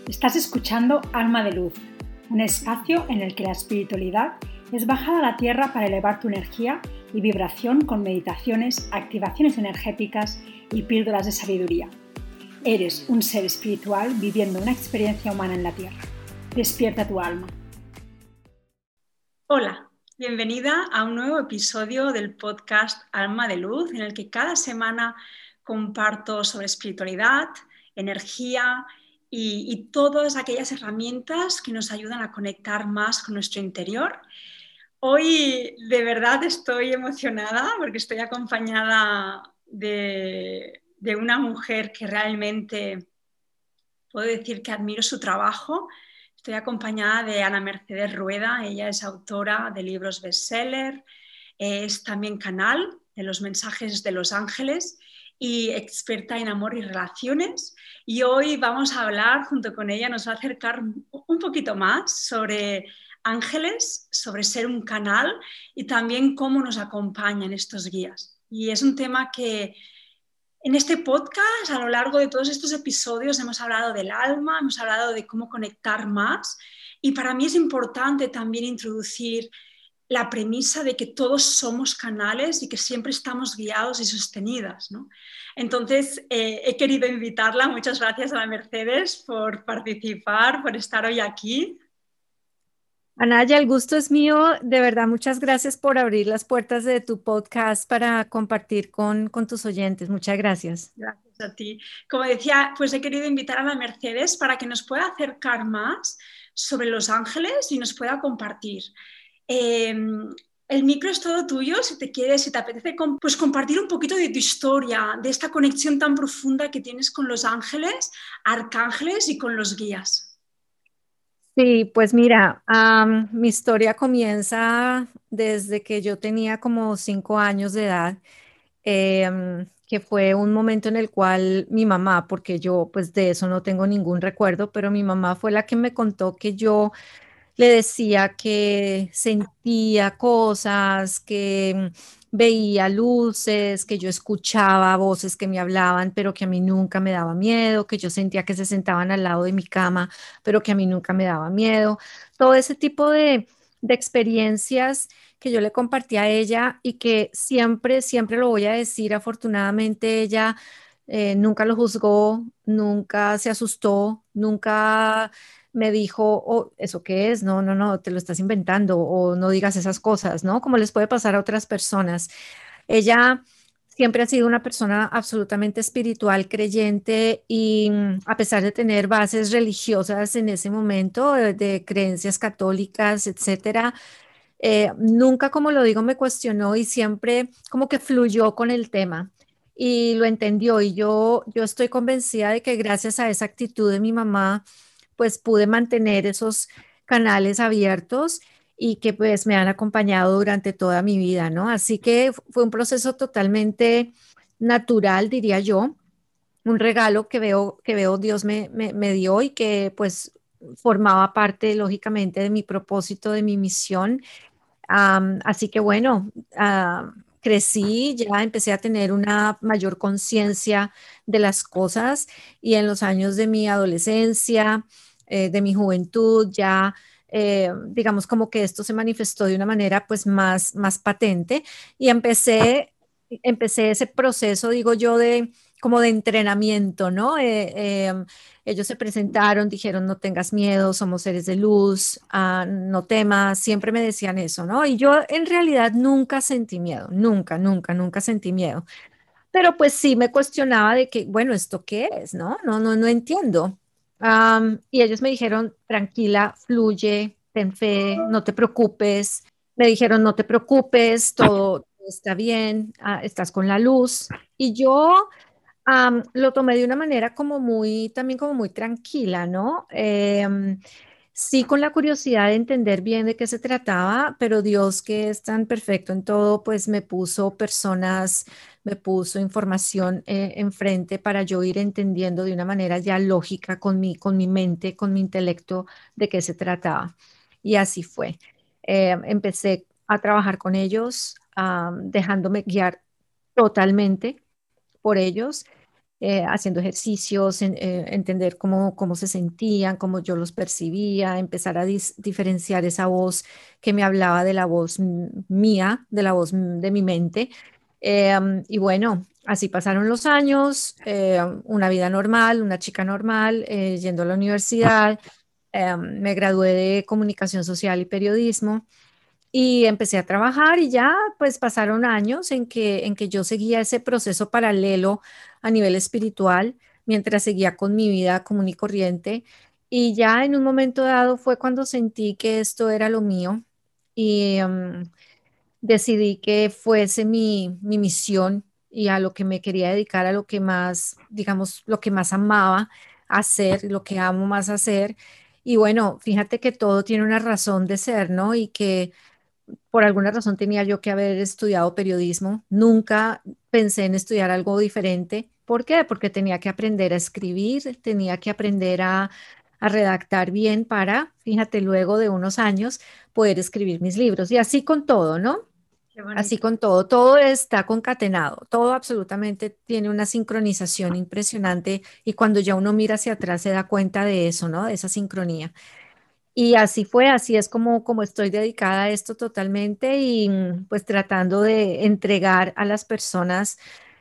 Estás escuchando Alma de Luz, un espacio en el que la espiritualidad es bajada a la tierra para elevar tu energía y vibración con meditaciones, activaciones energéticas y píldoras de sabiduría. Eres un ser espiritual viviendo una experiencia humana en la tierra. Despierta tu alma. Hola, bienvenida a un nuevo episodio del podcast Alma de Luz, en el que cada semana comparto sobre espiritualidad, energía y todas aquellas herramientas que nos ayudan a conectar más con nuestro interior. Hoy de verdad estoy emocionada porque estoy acompañada de una mujer que realmente puedo decir que admiro su trabajo. Estoy acompañada de Ana Mercedes Rueda, ella es autora de libros bestseller, es también canal de los mensajes de los ángeles y experta en amor y relaciones. Y hoy vamos a hablar junto con ella, nos va a acercar un poquito más sobre ángeles, sobre ser un canal y también cómo nos acompañan estos guías. Y es un tema que en este podcast, a lo largo de todos estos episodios, hemos hablado del alma, hemos hablado de cómo conectar más y para mí es importante también introducir la premisa de que todos somos canales y que siempre estamos guiados y sostenidas, ¿no? Entonces, he querido invitarla. Muchas gracias a la Mercedes por participar, por estar hoy aquí. Anaya, el gusto es mío. De verdad, muchas gracias por abrir las puertas de tu podcast para compartir con tus oyentes. Muchas gracias. Gracias a ti. Como decía, pues he querido invitar a la Mercedes para que nos pueda acercar más sobre los ángeles y nos pueda compartir. El micro es todo tuyo, si te quieres, si te apetece, pues compartir un poquito de tu historia, de esta conexión tan profunda que tienes con los ángeles, arcángeles y con los guías. Sí, pues mira, mi historia comienza desde que yo tenía como 5 años de edad, que fue un momento en el cual mi mamá, porque yo pues de eso no tengo ningún recuerdo, pero mi mamá fue la que me contó que yo le decía que sentía cosas, que veía luces, que yo escuchaba voces que me hablaban, pero que a mí nunca me daba miedo, que yo sentía que se sentaban al lado de mi cama, pero que a mí nunca me daba miedo. Todo ese tipo de experiencias que yo le compartí a ella y que siempre, siempre lo voy a decir, afortunadamente ella nunca lo juzgó, nunca se asustó, nunca me dijo, oh, ¿eso qué es? No, no, no, te lo estás inventando o no digas esas cosas, ¿no? Como les puede pasar a otras personas. Ella siempre ha sido una persona absolutamente espiritual, creyente y a pesar de tener bases religiosas en ese momento, de creencias católicas, etcétera, nunca, como lo digo, me cuestionó y siempre como que fluyó con el tema. Y lo entendió y yo estoy convencida de que gracias a esa actitud de mi mamá, pues pude mantener esos canales abiertos y que pues me han acompañado durante toda mi vida, ¿no? Así que fue un proceso totalmente natural, diría yo, un regalo que veo Dios me dio y que pues formaba parte, lógicamente, de mi propósito, de mi misión. Así que bueno, crecí, ya empecé a tener una mayor conciencia de las cosas y en los años de mi adolescencia, de mi juventud, ya digamos como que esto se manifestó de una manera pues más patente y empecé ese proceso, digo yo, de como de entrenamiento, ¿no? Ellos se presentaron, dijeron, no tengas miedo, somos seres de luz, no temas, siempre me decían eso, ¿no? Y yo en realidad nunca sentí miedo, nunca, nunca, nunca sentí miedo. Pero pues sí me cuestionaba de que, bueno, ¿esto qué es? ¿No? No, no, no entiendo. Y ellos me dijeron, tranquila, fluye, ten fe, no te preocupes. Me dijeron, no te preocupes, todo está bien, estás con la luz. Y yo lo tomé de una manera como muy, también como muy tranquila, ¿no? Sí, con la curiosidad de entender bien de qué se trataba, pero Dios, que es tan perfecto en todo, pues me puso personas, me puso información enfrente para yo ir entendiendo de una manera ya lógica con mi mente, con mi intelecto, de qué se trataba. Y así fue. Empecé a trabajar con ellos, dejándome guiar totalmente por ellos. haciendo ejercicios, entender cómo se sentían, cómo yo los percibía, empezar a diferenciar esa voz que me hablaba de la voz mía, de la voz de mi mente. Y bueno, así pasaron los años, una vida normal, una chica normal, yendo a la universidad. Me gradué de comunicación social y periodismo y empecé a trabajar y ya pues pasaron años en que yo seguía ese proceso paralelo a nivel espiritual mientras seguía con mi vida común y corriente. Y ya en un momento dado fue cuando sentí que esto era lo mío y decidí que fuese mi misión y a lo que me quería dedicar, a lo que más, digamos, lo que más amaba hacer, lo que amo más hacer. Y bueno, fíjate que todo tiene una razón de ser, ¿no? Y que por alguna razón tenía yo que haber estudiado periodismo. Nunca pensé en estudiar algo diferente. ¿Por qué? Porque tenía que aprender a escribir, tenía que aprender a redactar bien para, fíjate, luego de unos años poder escribir mis libros. Y así con todo, ¿no? Qué bonito. Así con todo, todo está concatenado, todo absolutamente tiene una sincronización impresionante y cuando ya uno mira hacia atrás se da cuenta de eso, ¿no? De esa sincronía. Y así fue, así es como estoy dedicada a esto totalmente y pues tratando de entregar a las personas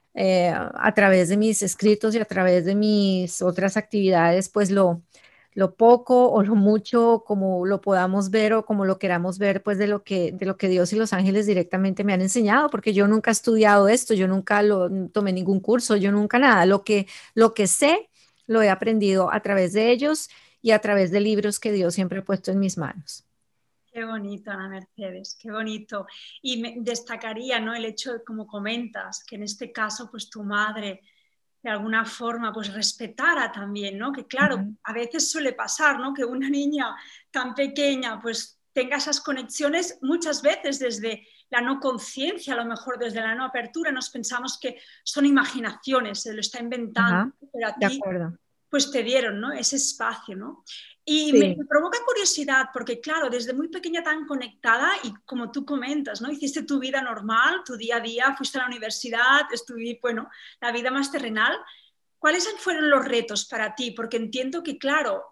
a través de mis escritos y a través de mis otras actividades, pues lo poco o lo mucho, como lo podamos ver o como lo queramos ver, pues de lo que Dios y los ángeles directamente me han enseñado, porque yo nunca he estudiado esto, yo nunca tomé ningún curso, yo nunca nada, lo que sé lo he aprendido a través de ellos y a través de libros que Dios siempre ha puesto en mis manos. Qué bonito, Ana Mercedes, qué bonito. Y destacaría, ¿no? El hecho de, como comentas, que en este caso, pues tu madre de alguna forma, pues respetara también, ¿no? Que claro, Ujú. a veces suele pasar, ¿no? Que una niña tan pequeña, pues tenga esas conexiones muchas veces desde la no conciencia, a lo mejor desde la no apertura, nos pensamos que son imaginaciones, se lo está inventando, Ajá, pero a de ti acuerdo. pues te dieron, ¿no? Ese espacio, ¿no? Y me Sí. provoca curiosidad porque, claro, desde muy pequeña tan conectada y como tú comentas, ¿no? Hiciste tu vida normal, tu día a día, fuiste a la universidad, estudié, bueno, la vida más terrenal. ¿Cuáles fueron los retos para ti? Porque entiendo que, claro,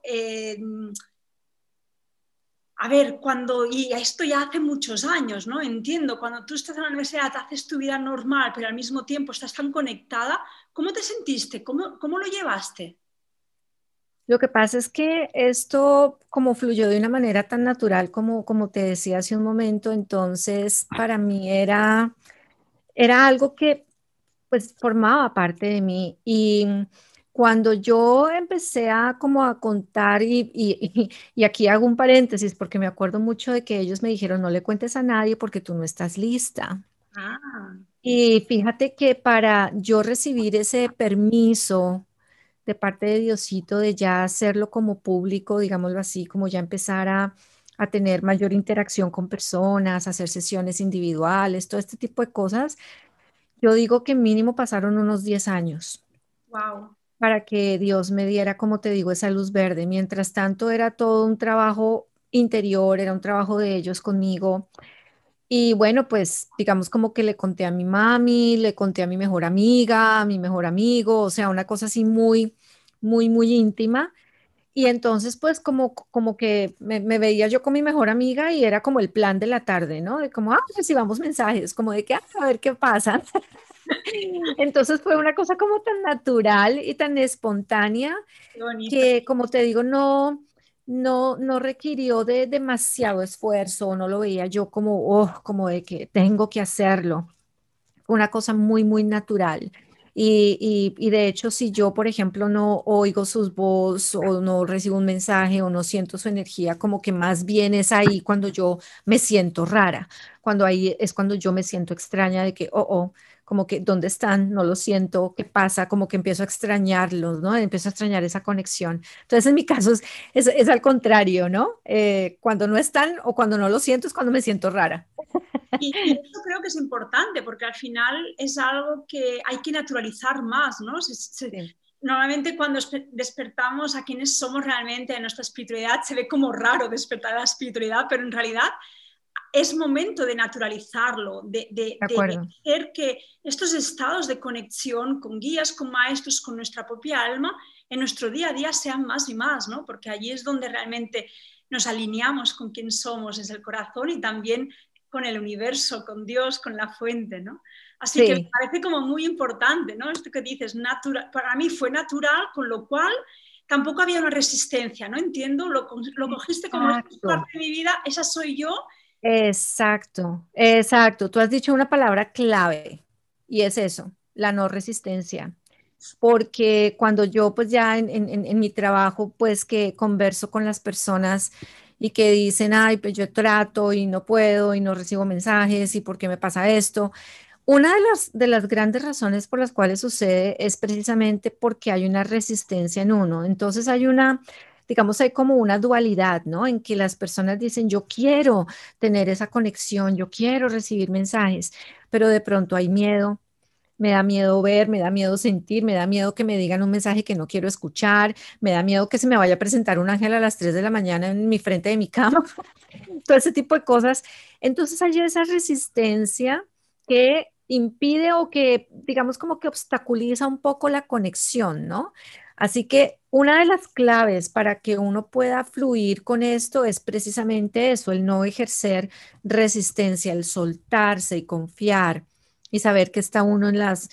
a ver, y esto ya hace muchos años, ¿no? Entiendo, cuando tú estás en la universidad, haces tu vida normal, pero al mismo tiempo estás tan conectada, ¿cómo te sentiste? ¿Cómo lo llevaste? Lo que pasa es que esto como fluyó de una manera tan natural como te decía hace un momento, entonces para mí era algo que pues formaba parte de mí y cuando yo empecé a como a contar y aquí hago un paréntesis porque me acuerdo mucho de que ellos me dijeron no le cuentes a nadie porque tú no estás lista. Ah, Y fíjate que para yo recibir ese permiso de parte de Diosito de ya hacerlo como público, digámoslo así, como ya empezar a tener mayor interacción con personas, hacer sesiones individuales, todo este tipo de cosas, yo digo que mínimo pasaron unos 10 años wow. para que Dios me diera, como te digo, esa luz verde. Mientras tanto, era todo un trabajo interior, era un trabajo de ellos conmigo. Y bueno, pues digamos como que le conté a mi mami, le conté a mi mejor amiga, a mi mejor amigo, o sea, una cosa así muy, muy, muy íntima. Y entonces, pues como que me veía yo con mi mejor amiga y era como el plan de la tarde, ¿no? De como, recibamos mensajes, como de que, a ver qué pasa. Entonces fue una cosa como tan natural y tan espontánea Qué bonito. que, como te digo, no requirió de demasiado esfuerzo, no lo veía yo como de que tengo que hacerlo. Fue una cosa muy, muy natural. Y de hecho, si yo, por ejemplo, no oigo sus voz o no recibo un mensaje o no siento su energía, como que más bien es ahí cuando yo me siento rara, cuando ahí es cuando yo me siento extraña de que, como que, ¿dónde están? No lo siento, ¿qué pasa? Como que empiezo a extrañarlos, ¿no? Empiezo a extrañar esa conexión. Entonces, en mi caso es al contrario, ¿no? Cuando no están o cuando no lo siento es cuando me siento rara. Y eso creo que es importante porque al final es algo que hay que naturalizar más, ¿no? Sí. Normalmente cuando despertamos a quienes somos realmente en nuestra espiritualidad se ve como raro despertar a la espiritualidad, pero en realidad es momento de naturalizarlo, de acuerdo. hacer que estos estados de conexión con guías, con maestros, con nuestra propia alma, en nuestro día a día sean más y más, ¿no? Porque allí es donde realmente nos alineamos con quién somos, es el corazón y también con el universo, con Dios, con la fuente, ¿no? Así que me Sí, parece como muy importante, ¿no? Esto que dices, para mí fue natural, con lo cual tampoco había una resistencia, ¿no? Entiendo, lo cogiste como esta es exacto. parte de mi vida, esa soy yo. Exacto, exacto. Tú has dicho una palabra clave y es eso, la no resistencia. Porque cuando yo pues ya en mi trabajo pues que converso con las personas y que dicen, ay, pues yo trato y no puedo y no recibo mensajes y por qué me pasa esto. Una de las grandes razones por las cuales sucede es precisamente porque hay una resistencia en uno. Entonces hay una, digamos, hay como una dualidad, ¿no? En que las personas dicen, yo quiero tener esa conexión, yo quiero recibir mensajes, pero de pronto hay miedo. Me da miedo ver, me da miedo sentir, me da miedo que me digan un mensaje que no quiero escuchar, me da miedo que se me vaya a presentar un ángel a las 3 de la mañana en mi frente de mi cama, todo ese tipo de cosas. Entonces hay esa resistencia que impide o que, digamos, como que obstaculiza un poco la conexión, ¿no? Así que una de las claves para que uno pueda fluir con esto es precisamente eso, el no ejercer resistencia, el soltarse y confiar y saber que está uno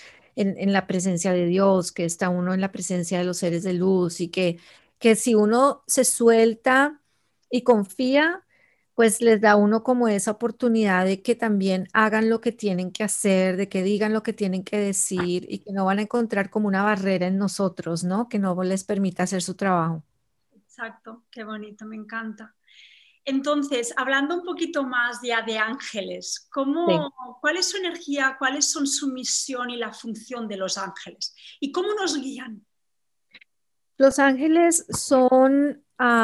en la presencia de Dios, que está uno en la presencia de los seres de luz y que si uno se suelta y confía, pues les da a uno como esa oportunidad de que también hagan lo que tienen que hacer, de que digan lo que tienen que decir y que no van a encontrar como una barrera en nosotros, ¿no? Que no les permita hacer su trabajo. Exacto, qué bonito, me encanta. Entonces, hablando un poquito más ya de ángeles, Sí. ¿cuál es su energía, cuáles son su misión y la función de los ángeles? ¿Y cómo nos guían? Los ángeles son,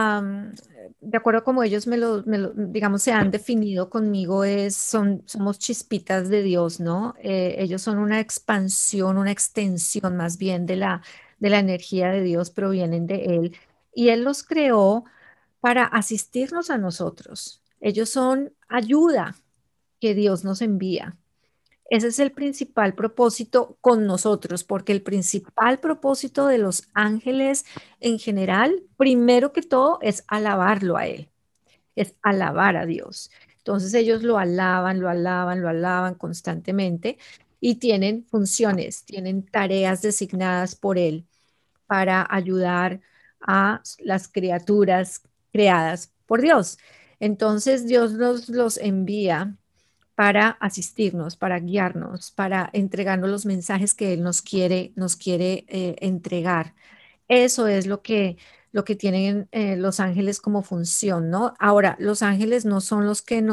de acuerdo a como ellos digamos, se han definido conmigo, somos chispitas de Dios, ¿no? Ellos son una expansión, una extensión más bien de la energía de Dios, provienen de Él. Y Él los creó para asistirnos a nosotros. Ellos son ayuda que Dios nos envía. Ese es el principal propósito con nosotros, porque el principal propósito de los ángeles en general, primero que todo, es alabarlo a Él, es alabar a Dios. Entonces ellos lo alaban, lo alaban, lo alaban constantemente y tienen funciones, tienen tareas designadas por Él para ayudar a las criaturas creadas por Dios. Entonces Dios nos los envía para asistirnos, para guiarnos, para entregarnos los mensajes que Él nos quiere entregar. Eso es lo que tienen los ángeles como función, ¿no? Ahora, los ángeles no son los que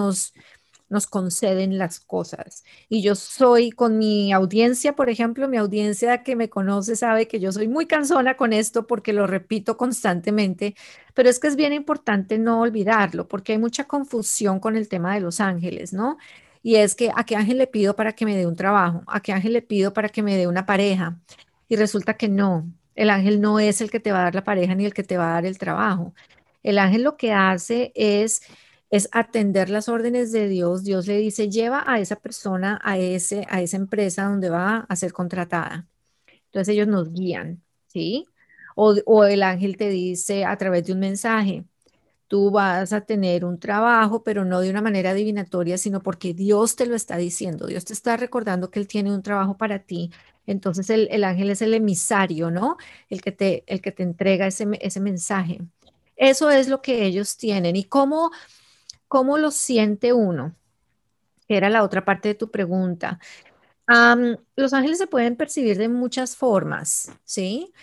nos conceden las cosas. Y yo soy con mi audiencia, por ejemplo, mi audiencia que me conoce sabe que yo soy muy cansona con esto porque lo repito constantemente, pero es que es bien importante no olvidarlo porque hay mucha confusión con el tema de los ángeles, ¿no? Y es que a qué ángel le pido para que me dé un trabajo, a qué ángel le pido para que me dé una pareja. Y resulta que no, el ángel no es el que te va a dar la pareja ni el que te va a dar el trabajo. El ángel lo que hace es atender las órdenes de Dios. Dios le dice, lleva a esa persona a esa empresa donde va a ser contratada. Entonces ellos nos guían, ¿sí? O el ángel te dice a través de un mensaje, tú vas a tener un trabajo, pero no de una manera adivinatoria, sino porque Dios te lo está diciendo. Dios te está recordando que Él tiene un trabajo para ti. Entonces el ángel es el emisario, ¿no? El que te entrega ese mensaje. Eso es lo que ellos tienen. ¿Y cómo lo siente uno? Que era la otra parte de tu pregunta. Los ángeles se pueden percibir de muchas formas, ¿sí?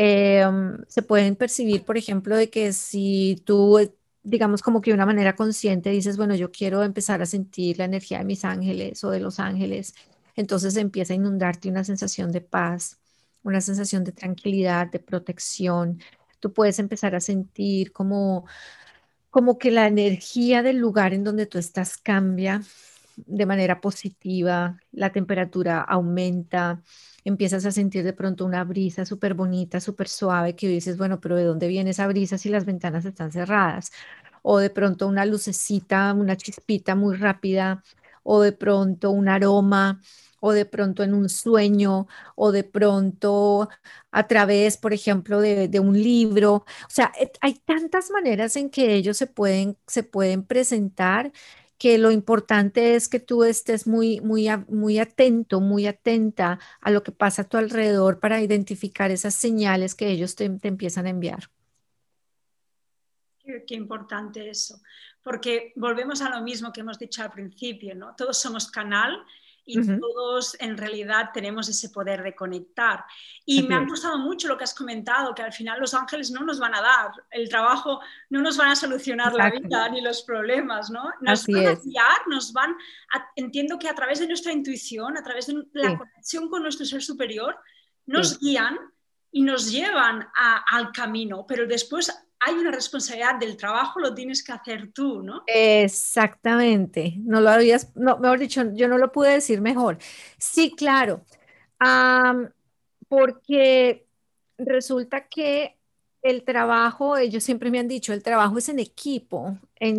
Se pueden percibir, por ejemplo, de que si tú, digamos, como que de una manera consciente dices, bueno, yo quiero empezar a sentir la energía de mis ángeles o de los ángeles, entonces empieza a inundarte una sensación de paz, una sensación de tranquilidad, de protección. Tú puedes empezar a sentir como que la energía del lugar en donde tú estás cambia de manera positiva, la temperatura aumenta, empiezas a sentir de pronto una brisa súper bonita, súper suave, que dices, bueno, pero ¿de dónde viene esa brisa si las ventanas están cerradas? o de pronto una lucecita, una chispita muy rápida, o de pronto un aroma, o de pronto en un sueño, o de pronto a través, por ejemplo, de un libro. O sea, hay tantas maneras en que ellos se pueden presentar que lo importante es que tú estés muy atento, muy atenta a lo que pasa a tu alrededor para identificar esas señales que ellos te empiezan a enviar. Qué importante eso, porque volvemos a lo mismo que hemos dicho al principio, ¿no? Todos somos canal y Ujú. todos en realidad tenemos ese poder de conectar. Y me Así ha es, gustado mucho lo que has comentado, que al final los ángeles no nos van a dar el trabajo, no nos van a solucionar la exacto, vida ni los problemas, ¿no? Nos así van a es, guiar, entiendo que a través de nuestra intuición, a través de la sí, conexión con nuestro ser superior, nos sí. guían y nos llevan al camino, pero después hay una responsabilidad del trabajo, lo tienes que hacer tú, ¿no? Exactamente, no lo habías, no, mejor dicho, yo no lo pude decir mejor. Sí, claro, am, porque resulta que el trabajo, ellos siempre me han dicho, el trabajo es en equipo,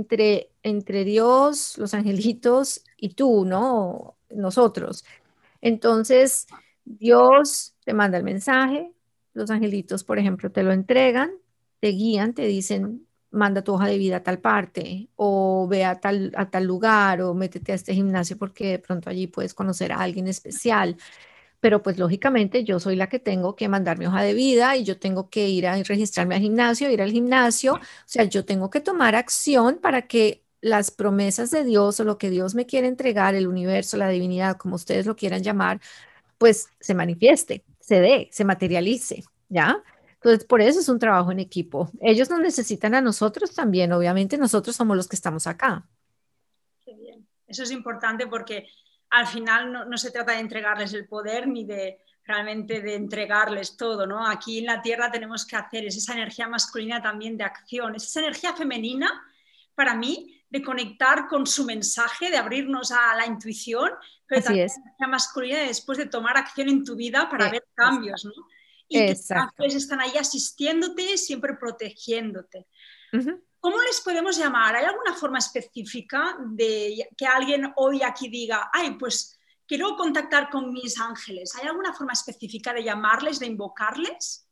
entre Dios, los angelitos y tú, ¿no? Nosotros. Entonces, Dios te manda el mensaje, los angelitos, por ejemplo, te lo entregan, te guían, te dicen, manda tu hoja de vida a tal parte, o ve a tal lugar, o métete a este gimnasio porque de pronto allí puedes conocer a alguien especial. Pero pues lógicamente yo soy la que tengo que mandar mi hoja de vida y yo tengo que ir a registrarme al gimnasio, ir al gimnasio. O sea, yo tengo que tomar acción para que las promesas de Dios o lo que Dios me quiere entregar, el universo, la divinidad, como ustedes lo quieran llamar, pues se manifieste, se dé, se materialice, ¿ya? Entonces, por eso es un trabajo en equipo. Ellos nos necesitan a nosotros también, obviamente nosotros somos los que estamos acá. Qué bien. Eso es importante porque al final no se trata de entregarles el poder ni de realmente de entregarles todo, ¿no? Aquí en la Tierra tenemos que hacer es esa energía masculina también de acción, es esa energía femenina para mí de conectar con su mensaje, de abrirnos a la intuición, pero Así también es. la energía masculina de después de tomar acción en tu vida para ver cambios, Exacto. ¿no? Y que los Exacto. ángeles están ahí asistiéndote, siempre protegiéndote. Ujú. ¿Cómo les podemos llamar? ¿Hay alguna forma específica de que alguien hoy aquí diga, ay, pues quiero contactar con mis ángeles? ¿Hay alguna forma específica de llamarles, de invocarles?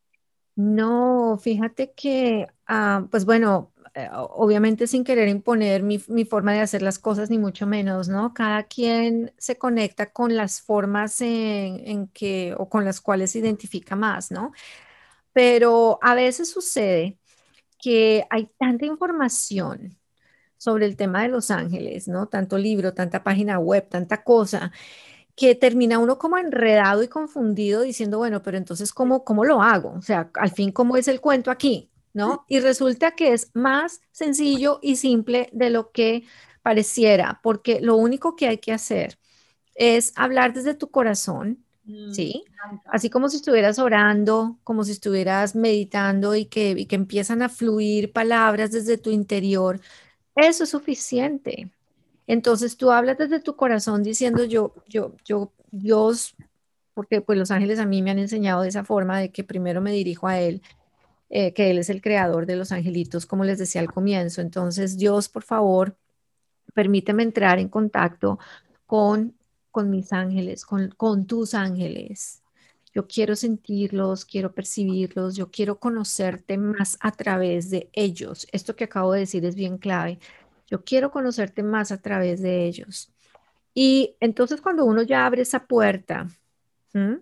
No, fíjate que, pues bueno, obviamente sin querer imponer mi forma de hacer las cosas, ni mucho menos, ¿no? Cada quien se conecta con las formas en que, o con las cuales se identifica más, ¿no? Pero a veces sucede que hay tanta información sobre el tema de los ángeles, ¿no? Tanto libro, tanta página web, tanta cosa que termina uno como enredado y confundido diciendo, bueno, pero entonces, ¿cómo lo hago? O sea, al fin, ¿cómo es el cuento aquí? ¿No? Y resulta que es más sencillo y simple de lo que pareciera, porque lo único que hay que hacer es hablar desde tu corazón, Me ¿sí? encanta. Así como si estuvieras orando, como si estuvieras meditando y que empiezan a fluir palabras desde tu interior. Eso es suficiente. Entonces tú hablas desde tu corazón diciendo Dios, porque pues los ángeles a mí me han enseñado de esa forma de que primero me dirijo a Él, que Él es el creador de los angelitos, como les decía al comienzo. Entonces, Dios, por favor, permíteme entrar en contacto con, con mis ángeles, con tus ángeles. Yo quiero sentirlos, quiero percibirlos, yo quiero conocerte más a través de ellos. Esto que acabo de decir es bien clave. Yo quiero conocerte más a través de ellos. Y entonces cuando uno ya abre esa puerta, ¿m?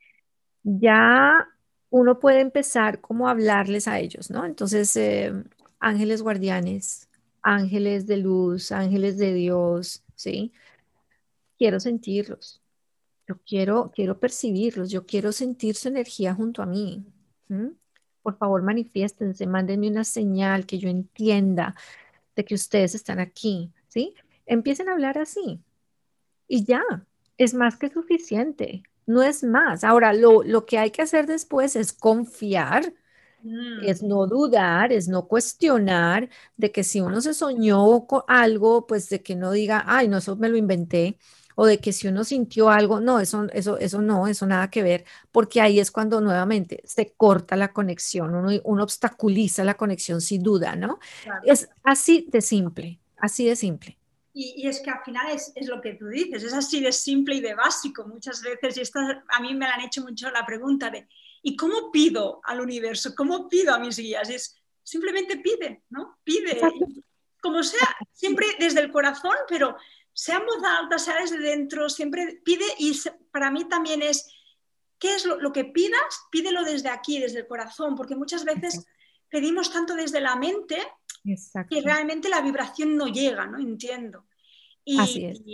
Ya uno puede empezar como a hablarles a ellos, ¿no? Entonces, ángeles guardianes, ángeles de luz, ángeles de Dios, ¿sí? Quiero sentirlos, yo quiero percibirlos, yo quiero sentir su energía junto a mí. ¿M? Por favor, manifiéstense, mándenme una señal que yo entienda de que ustedes están aquí, ¿sí? Empiecen a hablar así y ya, es más que suficiente, no es más. Ahora, lo que hay que hacer después es confiar, Mm, es no dudar, es no cuestionar de que si uno se soñó con algo, pues de que no diga, ay, no, eso me lo inventé, o de que si uno sintió algo, no, eso no, eso nada que ver, porque ahí es cuando nuevamente se corta la conexión, uno obstaculiza la conexión sin duda, ¿no? Claro. Es así de simple, así de simple. Y es que al final es lo que tú dices, es así de simple y de básico muchas veces. Y a mí me la han hecho mucho la pregunta de, ¿y cómo pido al universo? ¿Cómo pido a mis guías? Es simplemente pide, ¿no? Pide, Exacto. como sea, siempre desde el corazón, pero sea en voz alta, sea desde dentro, siempre pide. Y para mí también es, ¿qué es lo que pidas? Pídelo desde aquí, desde el corazón, porque muchas veces pedimos tanto desde la mente que Exacto. realmente la vibración no llega, ¿no? Entiendo. Así es.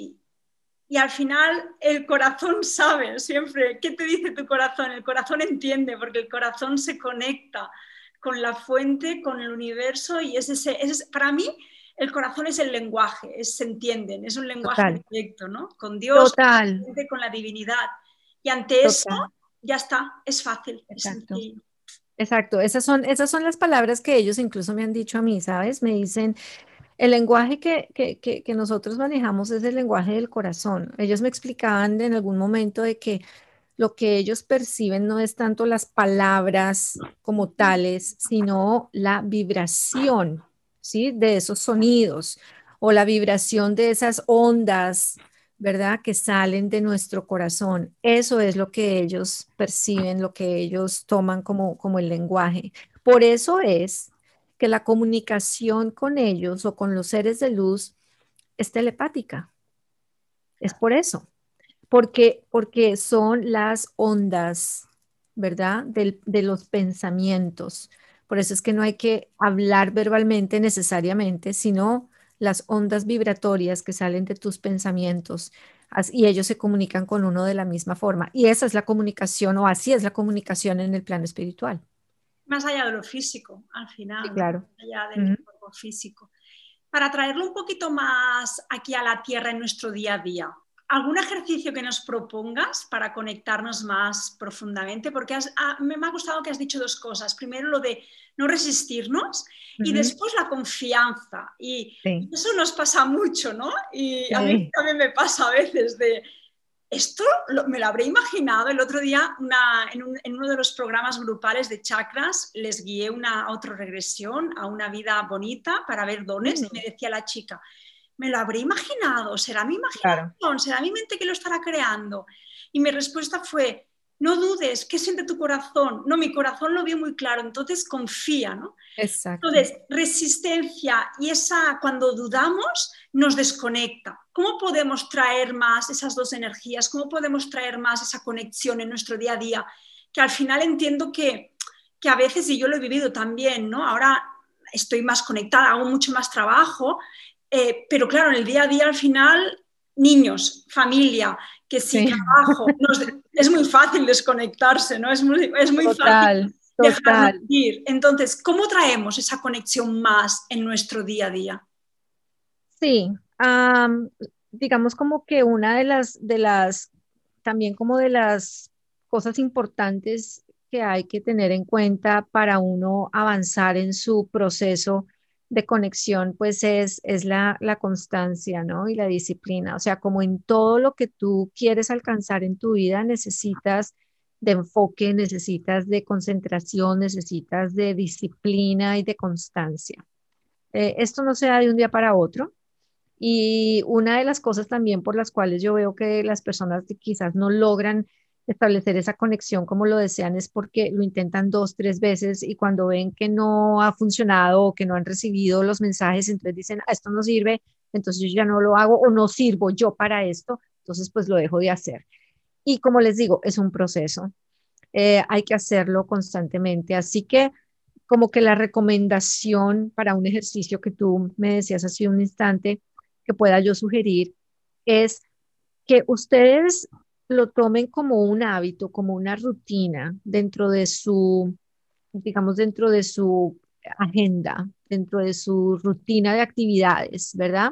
Y al final el corazón sabe siempre. ¿Qué te dice tu corazón? El corazón entiende, porque el corazón se conecta con la fuente, con el universo, y para mí el corazón es el lenguaje, se entienden, es un lenguaje Total, directo, ¿no? Con Dios, total, con la divinidad. Y ante eso total. ya está, es fácil, es Exacto. sencillo. Exacto, esas son las palabras que ellos incluso me han dicho a mí, ¿sabes? Me dicen, el lenguaje que nosotros manejamos es el lenguaje del corazón. Ellos me explicaban en algún momento de que lo que ellos perciben no es tanto las palabras como tales, sino la vibración, ¿sí? De esos sonidos o la vibración de esas ondas, ¿verdad? Que salen de nuestro corazón. Eso es lo que ellos perciben, lo que ellos toman como el lenguaje. Por eso es que la comunicación con ellos o con los seres de luz es telepática. Es por eso. Porque son las ondas, ¿verdad? De los pensamientos. Por eso es que no hay que hablar verbalmente necesariamente, sino las ondas vibratorias que salen de tus pensamientos. Y ellos se comunican con uno de la misma forma. Y esa es la comunicación, o así es la comunicación en el plano espiritual. Más allá de lo físico, al Sí, final, ¿no? claro. Más allá del Ujú. cuerpo físico. Para traerlo un poquito más aquí a la tierra en nuestro día a día, ¿algún ejercicio que nos propongas para conectarnos más profundamente? Porque me ha gustado que has dicho dos cosas. Primero, lo de no resistirnos, y Ujú. después la confianza. Y Sí, eso nos pasa mucho, ¿no? Y a mí sí. también me pasa a veces de, esto me lo habré imaginado. El otro día en uno de los programas grupales de chakras les guié una autorregresión a una vida bonita para ver dones, y me Mm, decía la chica, me lo habré imaginado, será mi claro, imaginación, será mi mente que lo estará creando. Y mi respuesta fue, no dudes, ¿qué siente tu corazón? No, mi corazón lo vio muy claro, entonces confía, ¿no? exacto. Entonces, resistencia, y esa, cuando dudamos, nos desconecta. ¿Cómo podemos traer más esas dos energías? ¿Cómo podemos traer más esa conexión en nuestro día a día? Que al final entiendo que a veces, y yo lo he vivido también, ¿no? Ahora estoy más conectada, hago mucho más trabajo, pero claro, en el día a día al final, niños, familia, que sí, Sí, trabajo, es muy fácil desconectarse, ¿no? Es muy fácil total, dejarnos total. ir. Entonces, ¿cómo traemos esa conexión más en nuestro día a día? Sí, digamos como que una también como de las cosas importantes que hay que tener en cuenta para uno avanzar en su proceso de conexión, pues es la constancia, ¿no? Y la disciplina. O sea, como en todo lo que tú quieres alcanzar en tu vida, necesitas de enfoque, necesitas de concentración, necesitas de disciplina y de constancia. Esto no se da de un día para otro. Y una de las cosas también por las cuales yo veo que las personas que quizás no logran establecer esa conexión como lo desean es porque lo intentan dos, tres veces y cuando ven que no ha funcionado o que no han recibido los mensajes, entonces dicen, "Ah, esto no sirve, entonces yo ya no lo hago o no sirvo yo para esto, entonces pues lo dejo de hacer". Y como les digo, es un proceso, hay que hacerlo constantemente. Así que como que la recomendación para un ejercicio que tú me decías hace un instante que pueda yo sugerir es que ustedes lo tomen como un hábito, como una rutina dentro de su, digamos, dentro de su agenda, dentro de su rutina de actividades, ¿verdad?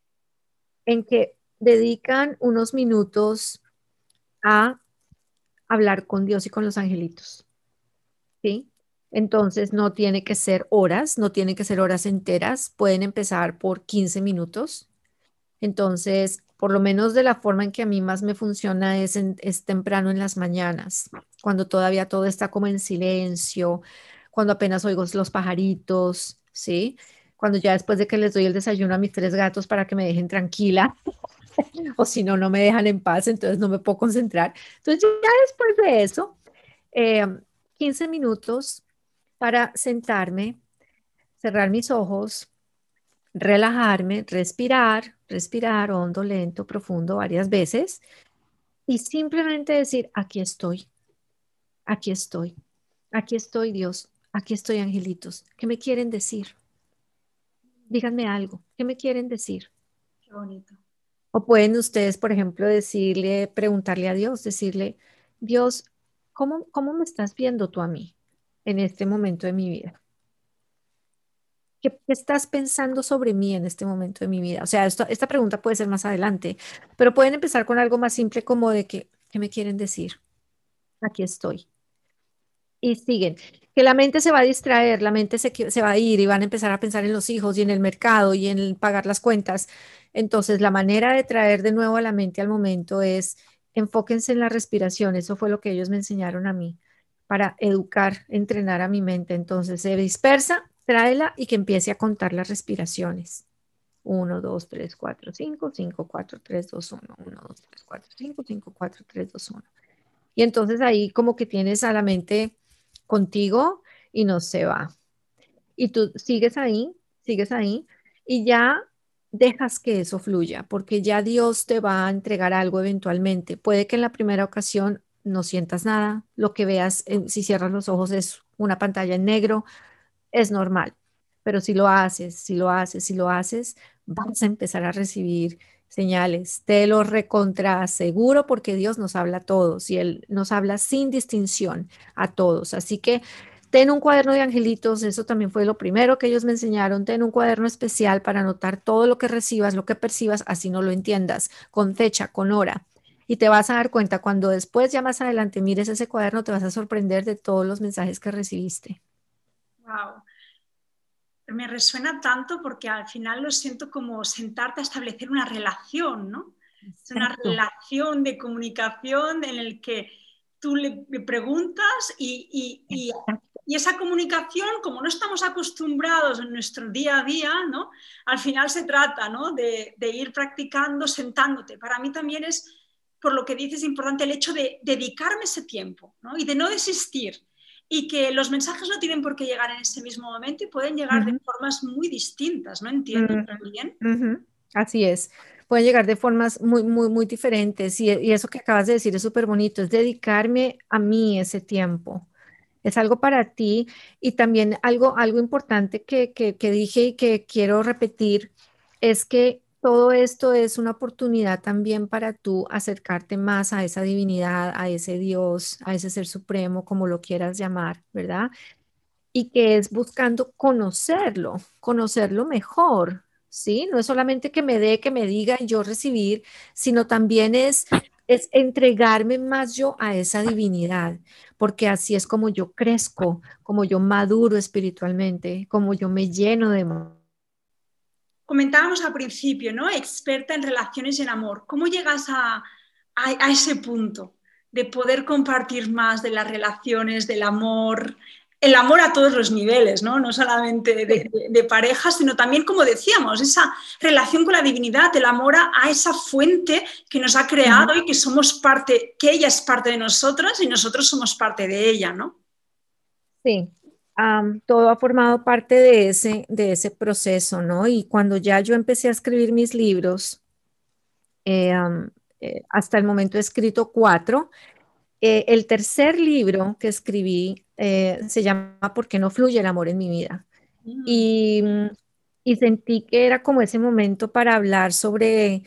En que dedican unos minutos a hablar con Dios y con los angelitos. ¿Sí? Entonces no tiene que ser horas, no tiene que ser horas enteras, pueden empezar por 15 minutos. Entonces por lo menos de la forma en que a mí más me funciona es temprano en las mañanas, cuando todavía todo está como en silencio, cuando apenas oigo los pajaritos, ¿sí? Cuando ya después de que les doy el desayuno a mis tres gatos para que me dejen tranquila, o si no, no me dejan en paz, entonces no me puedo concentrar. Entonces ya después de eso, eh, 15 minutos para sentarme, cerrar mis ojos, relajarme, respirar hondo, lento, profundo varias veces y simplemente decir, aquí estoy, aquí estoy Dios, aquí estoy angelitos, ¿qué me quieren decir? Díganme algo, ¿qué me quieren decir? Qué bonito. O pueden ustedes, por ejemplo, decirle, preguntarle a Dios, decirle, Dios, ¿cómo me estás viendo tú a mí en este momento de mi vida? ¿Qué estás pensando sobre mí en este momento de mi vida? O sea, esta pregunta puede ser más adelante, pero pueden empezar con algo más simple como de que, ¿qué me quieren decir? Aquí estoy. Y siguen. Que la mente se va a distraer, la mente se va a ir y van a empezar a pensar en los hijos y en el mercado y en pagar las cuentas. Entonces, la manera de traer de nuevo a la mente al momento es enfóquense en la respiración. Eso fue lo que ellos me enseñaron a mí para educar, entrenar a mi mente. Entonces, se dispersa, tráela y que empiece a contar las respiraciones. 1, 2, 3, 4, 5, 5, 4, 3, 2, 1. 1, 2, 3, 4, 5, 5, 4, 3, 2, 1. Y entonces ahí como que tienes a la mente contigo y no se va. Y tú sigues ahí y ya dejas que eso fluya, porque ya Dios te va a entregar algo eventualmente. Puede que en la primera ocasión no sientas nada, lo que veas si cierras los ojos es una pantalla en negro, es normal, pero si lo haces, vas a empezar a recibir señales. Te lo recontra aseguro porque Dios nos habla a todos y Él nos habla sin distinción a todos. Así que ten un cuaderno de angelitos, eso también fue lo primero que ellos me enseñaron. Ten un cuaderno especial para anotar todo lo que recibas, lo que percibas, así no lo entiendas, con fecha, con hora. Y te vas a dar cuenta cuando después, ya más adelante, mires ese cuaderno, te vas a sorprender de todos los mensajes que recibiste. Wow. Me resuena tanto porque al final lo siento como sentarte a establecer una relación, ¿no? Es una Exacto. relación de comunicación en el que tú le preguntas y esa comunicación, como no estamos acostumbrados en nuestro día a día, ¿no? Al final se trata, ¿no? de ir practicando sentándote. Para mí también es, por lo que dices, importante el hecho de dedicarme ese tiempo, ¿no? Y de no desistir y que los mensajes no tienen por qué llegar en ese mismo momento y pueden llegar de Ujú, formas muy distintas, ¿no? Entiendo ujú, también. ujú. Así es. Pueden llegar de formas muy, muy, muy diferentes. Y eso que acabas de decir es súper bonito, es dedicarme a mí ese tiempo. Es algo para ti y también algo importante que dije y que quiero repetir es que todo esto es una oportunidad también para tú acercarte más a esa divinidad, a ese Dios, a ese ser supremo, como lo quieras llamar, ¿verdad? Y que es buscando conocerlo mejor, ¿sí? No es solamente que me dé, que me diga y yo recibir, sino también es entregarme más yo a esa divinidad, porque así es como yo crezco, como yo maduro espiritualmente, como yo me lleno de amor. Comentábamos al principio, ¿no? Experta en relaciones y en amor. ¿Cómo llegas a ese punto de poder compartir más de las relaciones, del amor, el amor a todos los niveles, ¿no? No solamente de pareja, sino también, como decíamos, esa relación con la divinidad, el amor a esa fuente que nos ha Ujú. creado y que somos parte, que ella es parte de nosotras y nosotros somos parte de ella, ¿no? Sí, todo ha formado parte de ese proceso, ¿no? Y cuando ya yo empecé a escribir mis libros, eh, am, hasta el momento he escrito cuatro. El tercer libro que escribí se llama ¿Por qué no fluye el amor en mi vida? Mm. Y, y sentí que era como ese momento para hablar sobre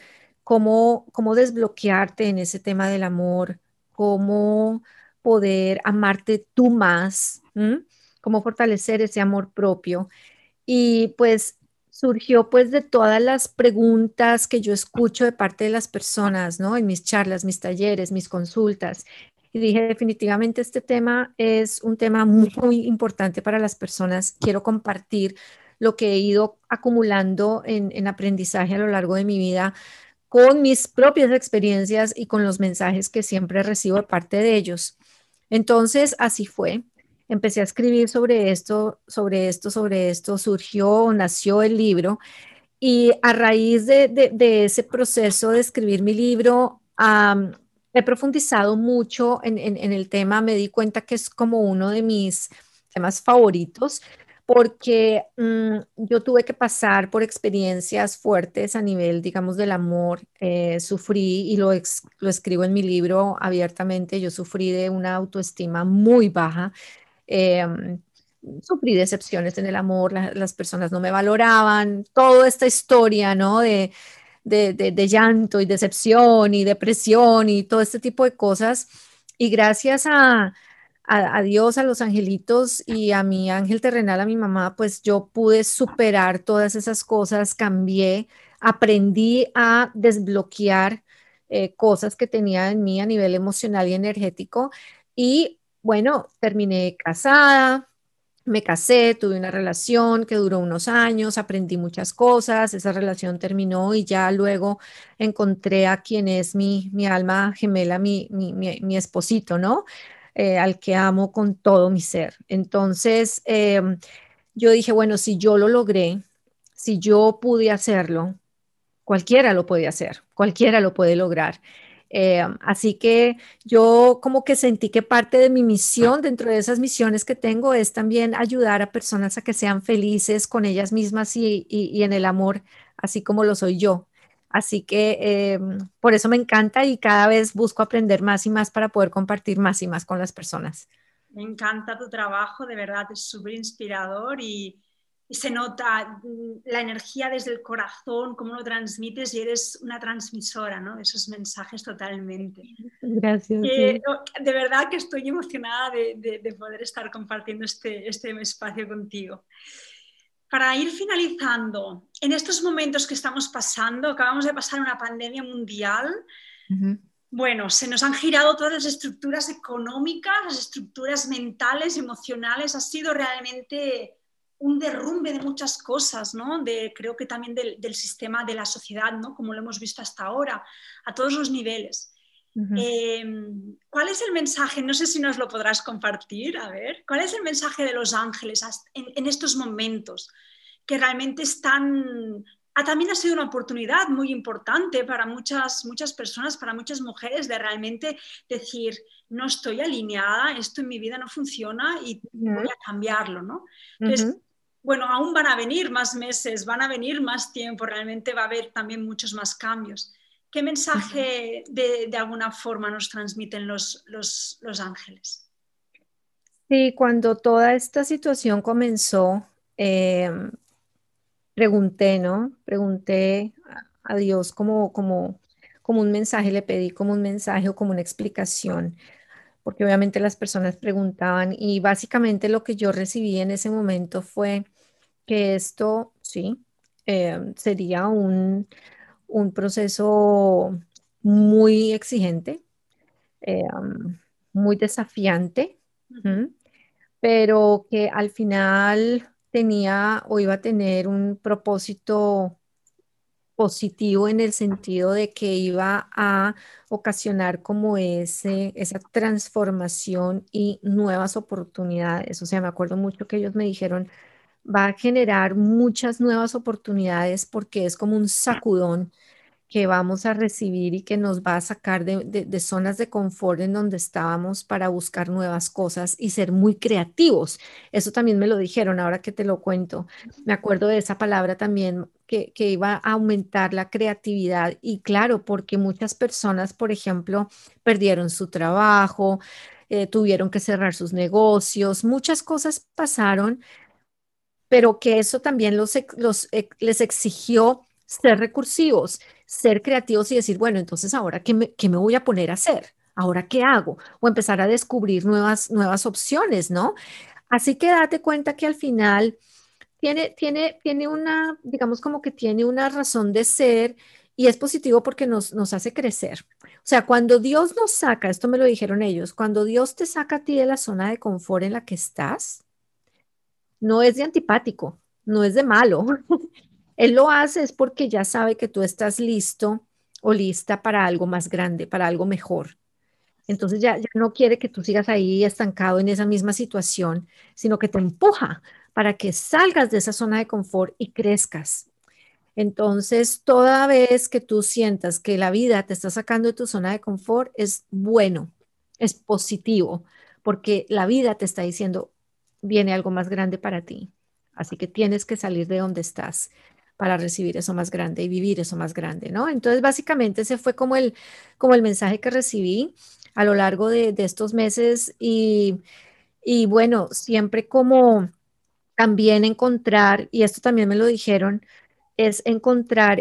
cómo desbloquearte en ese tema del amor, cómo poder amarte tú más, ¿m? Cómo fortalecer ese amor propio. Y pues surgió pues de todas las preguntas que yo escucho de parte de las personas, ¿no? En mis charlas, mis talleres, mis consultas. Y dije, definitivamente este tema es un tema muy importante para las personas. Quiero compartir lo que he ido acumulando en aprendizaje a lo largo de mi vida con mis propias experiencias y con los mensajes que siempre recibo de parte de ellos. Entonces, así fue. Empecé a escribir sobre esto, sobre esto, sobre esto. Surgió, nació el libro. Y a raíz de ese proceso de escribir mi libro, he profundizado mucho en el tema. Me di cuenta que es como uno de mis temas favoritos porque yo tuve que pasar por experiencias fuertes a nivel, digamos, del amor. Sufrí y lo escribo en mi libro abiertamente. Yo sufrí de una autoestima muy baja. em, Sufrí decepciones en el amor, las personas no me valoraban, toda esta historia, ¿no? De llanto y decepción y depresión y todo este tipo de cosas. Y gracias a Dios, a los angelitos y a mi ángel terrenal, a mi mamá, pues yo pude superar todas esas cosas, cambié, aprendí a desbloquear cosas que tenía en mí a nivel emocional y energético. Y bueno, terminé casada, me casé, tuve una relación que duró unos años, aprendí muchas cosas, esa relación terminó y ya luego encontré a quien es mi alma gemela, mi esposito, ¿no? Al que amo con todo mi ser. Entonces, yo dije, bueno, si yo lo logré, si yo pude hacerlo, cualquiera lo puede hacer, cualquiera lo puede lograr. Así que yo como que sentí que parte de mi misión, dentro de esas misiones que tengo, es también ayudar a personas a que sean felices con ellas mismas y en el amor, así como lo soy yo. Así que por eso me encanta y cada vez busco aprender más y más para poder compartir más y más con las personas. Me encanta tu trabajo, de verdad, es súper inspirador y se nota la energía desde el corazón, cómo lo transmites y eres una transmisora, ¿no? De esos mensajes totalmente. Gracias, sí. De verdad que estoy emocionada de poder estar compartiendo este espacio contigo. Para ir finalizando, en estos momentos que estamos pasando, acabamos de pasar una pandemia mundial. Ujú. Bueno, se nos han girado todas las estructuras económicas, las estructuras mentales, emocionales. Ha sido realmente un derrumbe de muchas cosas, ¿no? Creo que también del sistema de la sociedad, ¿no? Como lo hemos visto hasta ahora, a todos los niveles. Ujú. ¿Cuál es el mensaje? No sé si nos lo podrás compartir, a ver. ¿Cuál es el mensaje de los ángeles en estos momentos que realmente están... también ha sido una oportunidad muy importante para muchas personas, para muchas mujeres, de realmente decir, no estoy alineada, esto en mi vida no funciona y voy Ujú. a cambiarlo, ¿no? Entonces, Ujú. bueno, aún van a venir más meses, van a venir más tiempo, realmente va a haber también muchos más cambios. ¿Qué Ujú. mensaje de alguna forma nos transmiten los ángeles? Sí, cuando toda esta situación comenzó, pregunté, ¿no? Pregunté a Dios como un mensaje, le pedí como un mensaje o como una explicación, porque obviamente las personas preguntaban y básicamente lo que yo recibí en ese momento fue que esto, sí, sería un proceso muy exigente, muy desafiante. Uh-huh. ¿M? Pero que al final tenía o iba a tener un propósito positivo en el sentido de que iba a ocasionar como esa transformación y nuevas oportunidades. O sea, me acuerdo mucho que ellos me dijeron, va a generar muchas nuevas oportunidades porque es como un sacudón que vamos a recibir y que nos va a sacar de zonas de confort en donde estábamos para buscar nuevas cosas y ser muy creativos. Eso también me lo dijeron ahora que te lo cuento. Me acuerdo de esa palabra también que iba a aumentar la creatividad y claro, porque muchas personas, por ejemplo, perdieron su trabajo, tuvieron que cerrar sus negocios, muchas cosas pasaron, pero que eso también les exigió ser recursivos, ser creativos y decir, bueno, entonces ahora qué me voy a poner a hacer? ¿Ahora qué hago? O empezar a descubrir nuevas opciones, ¿no? Así que date cuenta que al final tiene una, digamos como que tiene una razón de ser y es positivo porque nos hace crecer. O sea, cuando Dios nos saca, esto me lo dijeron ellos, cuando Dios te saca a ti de la zona de confort en la que estás, no es de antipático, no es de malo. Él lo hace es porque ya sabe que tú estás listo o lista para algo más grande, para algo mejor. Entonces ya no quiere que tú sigas ahí estancado en esa misma situación, sino que te empuja para que salgas de esa zona de confort y crezcas. Entonces, toda vez que tú sientas que la vida te está sacando de tu zona de confort, es bueno, es positivo, porque la vida te está diciendo, viene algo más grande para ti. Así que tienes que salir de donde estás para recibir eso más grande y vivir eso más grande, ¿no? Entonces, básicamente ese fue como el mensaje que recibí a lo largo de estos meses y bueno, siempre como también encontrar, y esto también me lo dijeron, es encontrar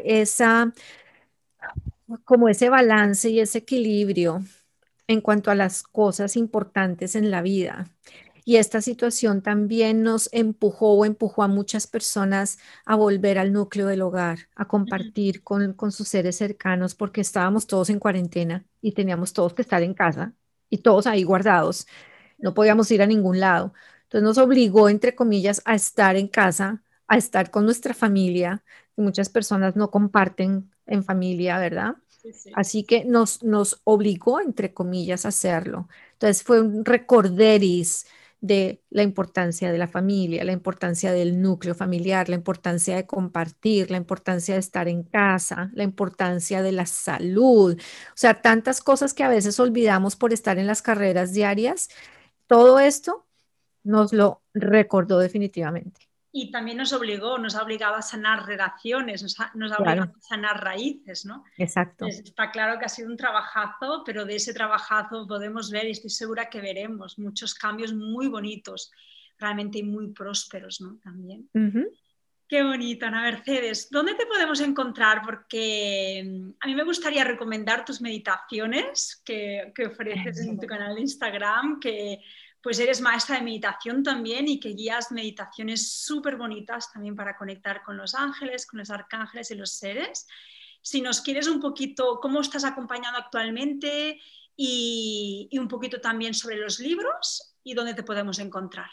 como ese balance y ese equilibrio en cuanto a las cosas importantes en la vida. Y esta situación también nos empujó o empujó a muchas personas a volver al núcleo del hogar, a compartir con sus seres cercanos, porque estábamos todos en cuarentena y teníamos todos que estar en casa y todos ahí guardados. No podíamos ir a ningún lado. Entonces nos obligó, entre comillas, a estar en casa, a estar con nuestra familia. Y muchas personas no comparten en familia, ¿verdad? Sí, sí. Así que nos obligó, entre comillas, a hacerlo. Entonces fue un recorderis de la importancia de la familia, la importancia del núcleo familiar, la importancia de compartir, la importancia de estar en casa, la importancia de la salud. O sea, tantas cosas que a veces olvidamos por estar en las carreras diarias. Todo esto nos lo recordó definitivamente. Y también nos ha obligado a sanar relaciones, nos ha obligado Claro, a sanar raíces, ¿no? exacto. Está claro que ha sido un trabajazo, pero de ese trabajazo podemos ver, y estoy segura que veremos, muchos cambios muy bonitos, realmente muy prósperos, ¿no? También. Ujú. Qué bonito, Ana Mercedes. ¿Dónde te podemos encontrar? Porque a mí me gustaría recomendar tus meditaciones que ofreces en tu canal de Instagram, que pues eres maestra de meditación también y que guías meditaciones súper bonitas también para conectar con los ángeles, con los arcángeles y los seres. Si nos quieres un poquito, ¿cómo estás acompañando actualmente? Y un poquito también sobre los libros y dónde te podemos encontrar.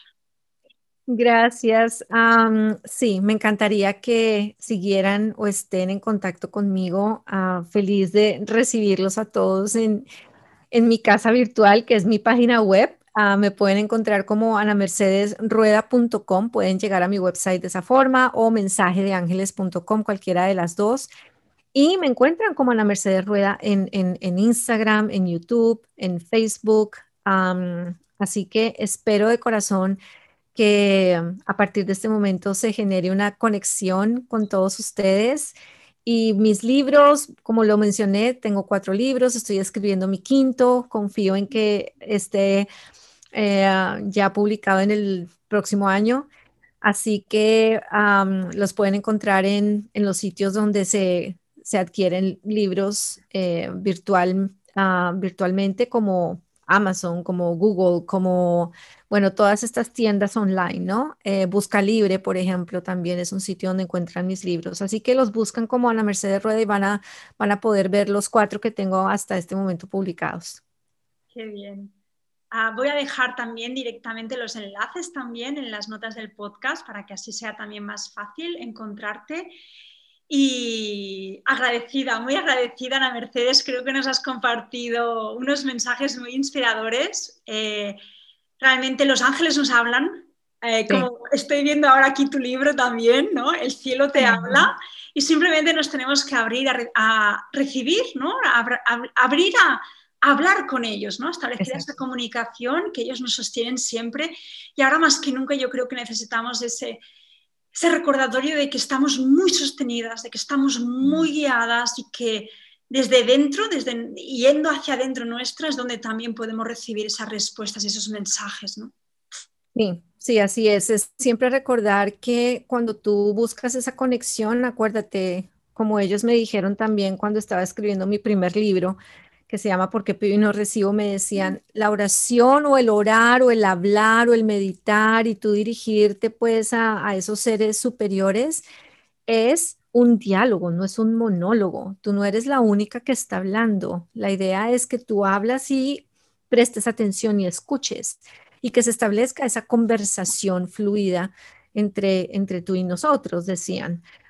Gracias. Sí, me encantaría que siguieran o estén en contacto conmigo. Feliz de recibirlos a todos en mi casa virtual, que es mi página web. Me pueden encontrar como anamercedesrueda.com. Pueden llegar a mi website de esa forma o mensajedeangeles.com, cualquiera de las dos. Y me encuentran como Ana Mercedes Rueda en Instagram, en YouTube, en Facebook. Así que espero de corazón que a partir de este momento se genere una conexión con todos ustedes. Y mis libros, como lo mencioné, tengo 4 libros, estoy escribiendo mi quinto, confío en que esté ya publicado en el próximo año. Así que los pueden encontrar en los sitios donde se adquieren libros virtualmente, como Amazon, como Google, como, bueno, todas estas tiendas online, ¿no? Busca Libre, por ejemplo, también es un sitio donde encuentran mis libros. Así que los buscan como Ana Mercedes Rueda y van a poder ver los 4 que tengo hasta este momento publicados. Qué bien. Voy a dejar también directamente los enlaces también en las notas del podcast para que así sea también más fácil encontrarte. Y agradecida, muy agradecida, Ana Mercedes. Creo que nos has compartido unos mensajes muy inspiradores. Realmente los ángeles nos hablan. Sí. Como estoy viendo ahora aquí tu libro también, ¿no? El cielo te Ujú. habla y simplemente nos tenemos que abrir a recibir, ¿no? Abrir a hablar con ellos, ¿no? Establecer esa Exacto. comunicación que ellos nos sostienen siempre y ahora más que nunca yo creo que necesitamos ese recordatorio de que estamos muy sostenidas, de que estamos muy guiadas y que desde dentro, desde yendo hacia adentro nuestra es donde también podemos recibir esas respuestas y esos mensajes, ¿no? Sí, sí, así es. Es siempre recordar que cuando tú buscas esa conexión, acuérdate, como ellos me dijeron también cuando estaba escribiendo mi primer libro, que se llama ¿Por qué pido y no recibo? Me decían, la oración o el orar o el hablar o el meditar y tú dirigirte pues a esos seres superiores es un diálogo, no es un monólogo. Tú no eres la única que está hablando. La idea es que tú hablas y prestes atención y escuches y que se establezca esa conversación fluida entre tú y nosotros, decían.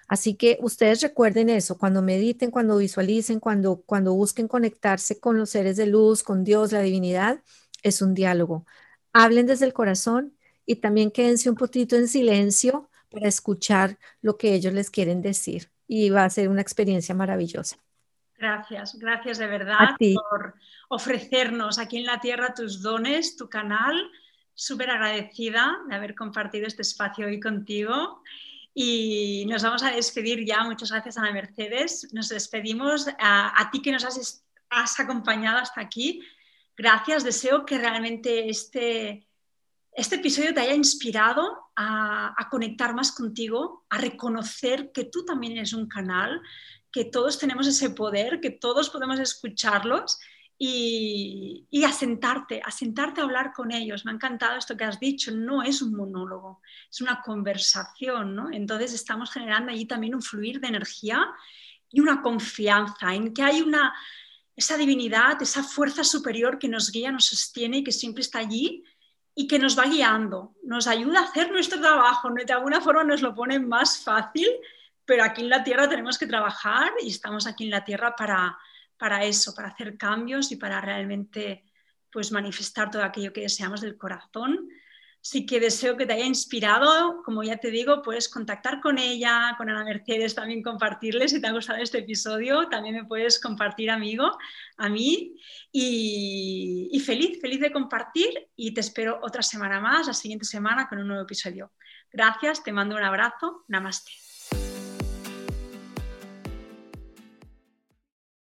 Así que ustedes recuerden eso, cuando mediten, cuando visualicen, cuando busquen conectarse con los seres de luz, con Dios, la divinidad, es un diálogo. Hablen desde el corazón y también quédense un poquito en silencio para escuchar lo que ellos les quieren decir. Y va a ser una experiencia maravillosa. Gracias, gracias de A verdad ti. por ofrecernos aquí en la Tierra tus dones, tu canal. Súper agradecida de haber compartido este espacio hoy contigo. Y nos vamos a despedir ya. Muchas gracias, Ana Mercedes. Nos despedimos a ti que nos has acompañado hasta aquí. Gracias. Deseo que realmente este episodio te haya inspirado a conectar más contigo, a reconocer que tú también eres un canal, que todos tenemos ese poder, que todos podemos escucharlos y a sentarte a hablar con ellos. Me ha encantado esto que has dicho, no es un monólogo, es una conversación, ¿no? Entonces estamos generando allí también un fluir de energía y una confianza en que hay esa divinidad, esa fuerza superior que nos guía, nos sostiene y que siempre está allí y que nos va guiando, nos ayuda a hacer nuestro trabajo, de alguna forma nos lo pone más fácil, pero aquí en la Tierra tenemos que trabajar y estamos aquí en la Tierra para eso, para hacer cambios y para realmente pues, manifestar todo aquello que deseamos del corazón. Así que deseo que te haya inspirado. Como ya te digo, puedes contactar con ella, con Ana Mercedes, también compartirle. Si te ha gustado este episodio, también me puedes compartir, amigo, a mí. Y feliz de compartir y te espero otra semana más, la siguiente semana, con un nuevo episodio. Gracias, te mando un abrazo. Namaste.